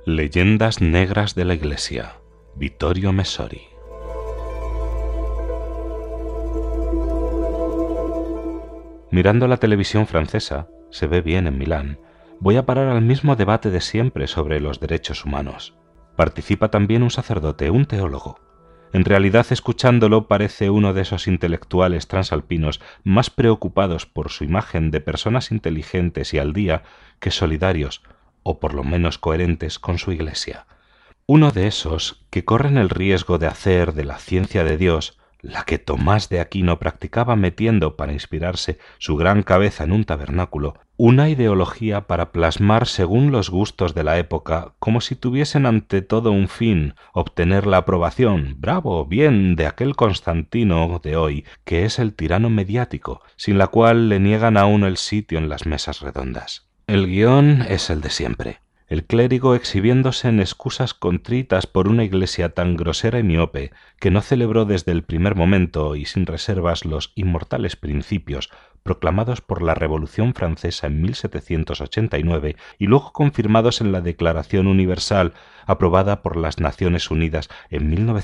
Leyendas negras de la Iglesia, Vittorio Messori. Mirando la televisión francesa, se ve bien en Milán, voy a parar al mismo debate de siempre sobre los derechos humanos. Participa también un sacerdote, un teólogo. En realidad, escuchándolo, parece uno de esos intelectuales transalpinos más preocupados por su imagen de personas inteligentes y al día que solidarios, o por lo menos coherentes con su Iglesia. Uno de esos que corren el riesgo de hacer de la ciencia de Dios, la que Tomás de Aquino practicaba metiendo para inspirarse su gran cabeza en un tabernáculo, una ideología para plasmar según los gustos de la época, como si tuviesen ante todo un fin, obtener la aprobación, bravo, bien, de aquel Constantino de hoy, que es el tirano mediático, sin la cual le niegan a uno el sitio en las mesas redondas. El guión es el de siempre. El clérigo exhibiéndose en excusas contritas por una iglesia tan grosera y miope que no celebró desde el primer momento y sin reservas los inmortales principios proclamados por la Revolución Francesa en 1789 y luego confirmados en la Declaración Universal aprobada por las Naciones Unidas en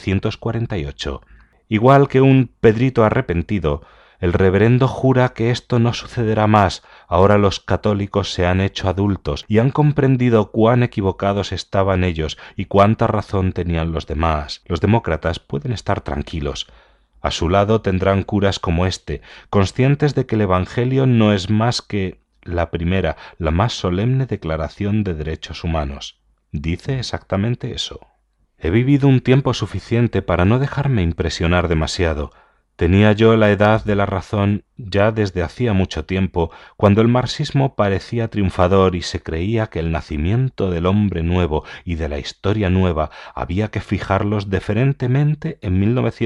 1948. Igual que un Pedrito arrepentido, el reverendo jura que esto no sucederá más. Ahora los católicos se han hecho adultos y han comprendido cuán equivocados estaban ellos y cuánta razón tenían los demás. Los demócratas pueden estar tranquilos. A su lado tendrán curas como este, conscientes de que el Evangelio no es más que la primera, la más solemne declaración de derechos humanos. Dice exactamente eso. He vivido un tiempo suficiente para no dejarme impresionar demasiado. Tenía yo la edad de la razón ya desde hacía mucho tiempo, cuando el marxismo parecía triunfador y se creía que el nacimiento del hombre nuevo y de la historia nueva había que fijarlos deferentemente en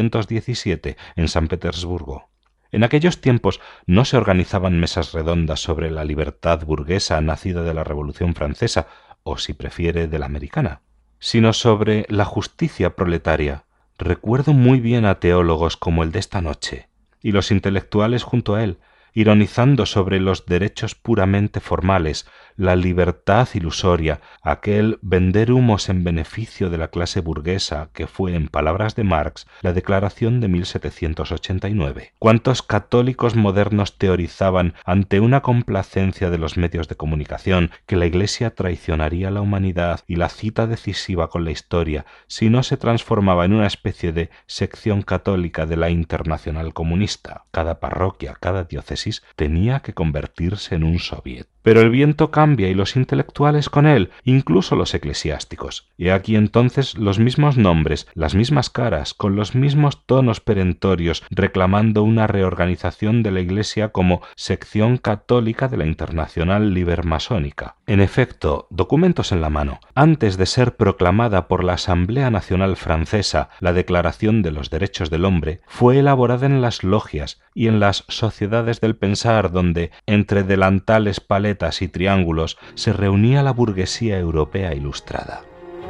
1917 en San Petersburgo. En aquellos tiempos no se organizaban mesas redondas sobre la libertad burguesa nacida de la Revolución Francesa, o si prefiere de la americana, sino sobre la justicia proletaria. Recuerdo muy bien a teólogos como el de esta noche, y los intelectuales junto a él, ironizando sobre los derechos puramente formales, la libertad ilusoria, aquel vender humos en beneficio de la clase burguesa que fue, en palabras de Marx, la Declaración de 1789. ¿Cuántos católicos modernos teorizaban ante una complacencia de los medios de comunicación que la Iglesia traicionaría a la humanidad y la cita decisiva con la historia si no se transformaba en una especie de sección católica de la Internacional Comunista? Cada parroquia, cada diócesis tenía que convertirse en un soviet. Pero el viento cambia y los intelectuales con él, incluso los eclesiásticos. Y aquí entonces los mismos nombres, las mismas caras, con los mismos tonos perentorios, reclamando una reorganización de la Iglesia como sección católica de la Internacional Libermasónica. En efecto, documentos en la mano, antes de ser proclamada por la Asamblea Nacional Francesa la Declaración de los Derechos del Hombre, fue elaborada en las logias y en las sociedades del pensar donde, entre delantales, paletas y triángulos, se reunía la burguesía europea ilustrada.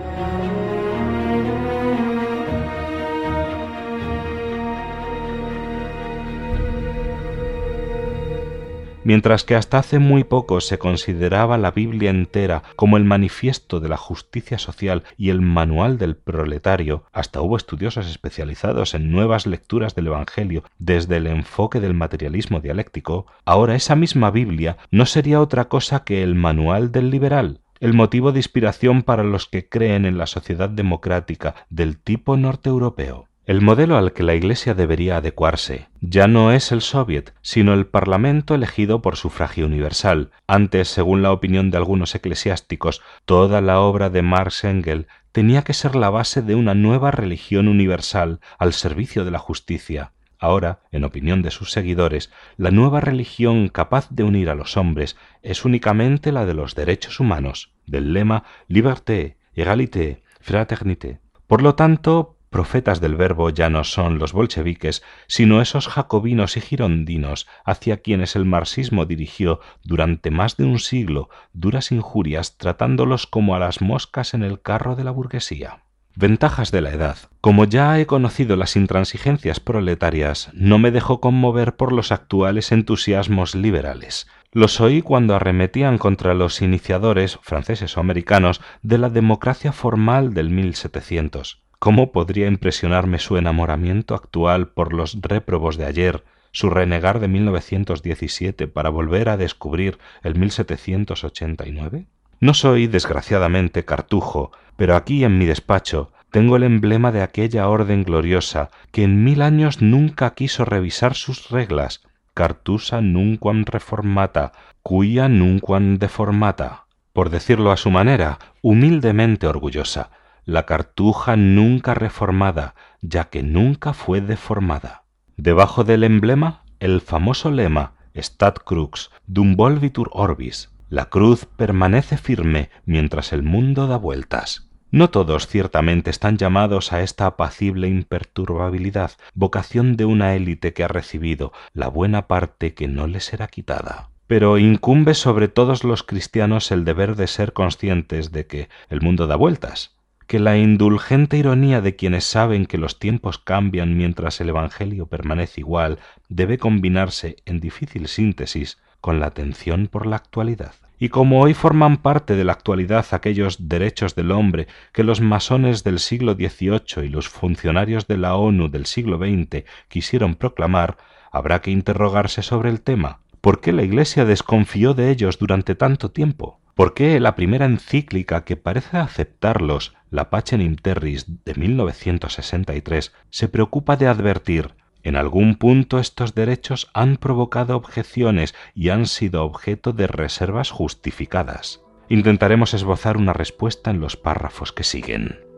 Mientras que hasta hace muy poco se consideraba la Biblia entera como el manifiesto de la justicia social y el manual del proletario, hasta hubo estudiosos especializados en nuevas lecturas del Evangelio desde el enfoque del materialismo dialéctico, ahora esa misma Biblia no sería otra cosa que el manual del liberal, el motivo de inspiración para los que creen en la sociedad democrática del tipo norteeuropeo. El modelo al que la Iglesia debería adecuarse ya no es el soviet, sino el parlamento elegido por sufragio universal. Antes, según la opinión de algunos eclesiásticos, toda la obra de Marx Engels tenía que ser la base de una nueva religión universal al servicio de la justicia. Ahora, en opinión de sus seguidores, la nueva religión capaz de unir a los hombres es únicamente la de los derechos humanos, del lema Liberté, Égalité, Fraternité. Por lo tanto, profetas del verbo ya no son los bolcheviques, sino esos jacobinos y girondinos hacia quienes el marxismo dirigió durante más de un siglo duras injurias tratándolos como a las moscas en el carro de la burguesía. Ventajas de la edad. Como ya he conocido las intransigencias proletarias, no me dejo conmover por los actuales entusiasmos liberales. Los oí cuando arremetían contra los iniciadores, franceses o americanos, de la democracia formal del 1700. ¿Cómo podría impresionarme su enamoramiento actual por los réprobos de ayer, su renegar de 1917 para volver a descubrir el 1789? No soy, desgraciadamente, cartujo, pero aquí en mi despacho tengo el emblema de aquella orden gloriosa que en 1000 años nunca quiso revisar sus reglas, cartusa nunquam reformata, quia nunquam deformata. Por decirlo a su manera, humildemente orgullosa, la cartuja nunca reformada, ya que nunca fue deformada. Debajo del emblema, el famoso lema Stat crux dum volvitur orbis. La cruz permanece firme mientras el mundo da vueltas. No todos ciertamente están llamados a esta apacible imperturbabilidad, vocación de una élite que ha recibido la buena parte que no le será quitada. Pero incumbe sobre todos los cristianos el deber de ser conscientes de que el mundo da vueltas, que la indulgente ironía de quienes saben que los tiempos cambian mientras el Evangelio permanece igual debe combinarse en difícil síntesis con la atención por la actualidad. Y como hoy forman parte de la actualidad aquellos derechos del hombre que los masones del siglo XVIII y los funcionarios de la ONU del siglo XX quisieron proclamar, habrá que interrogarse sobre el tema. ¿Por qué la Iglesia desconfió de ellos durante tanto tiempo? ¿Por qué la primera encíclica que parece aceptarlos, la Pacem in Terris de 1963, se preocupa de advertir: en algún punto estos derechos han provocado objeciones y han sido objeto de reservas justificadas? Intentaremos esbozar una respuesta en los párrafos que siguen.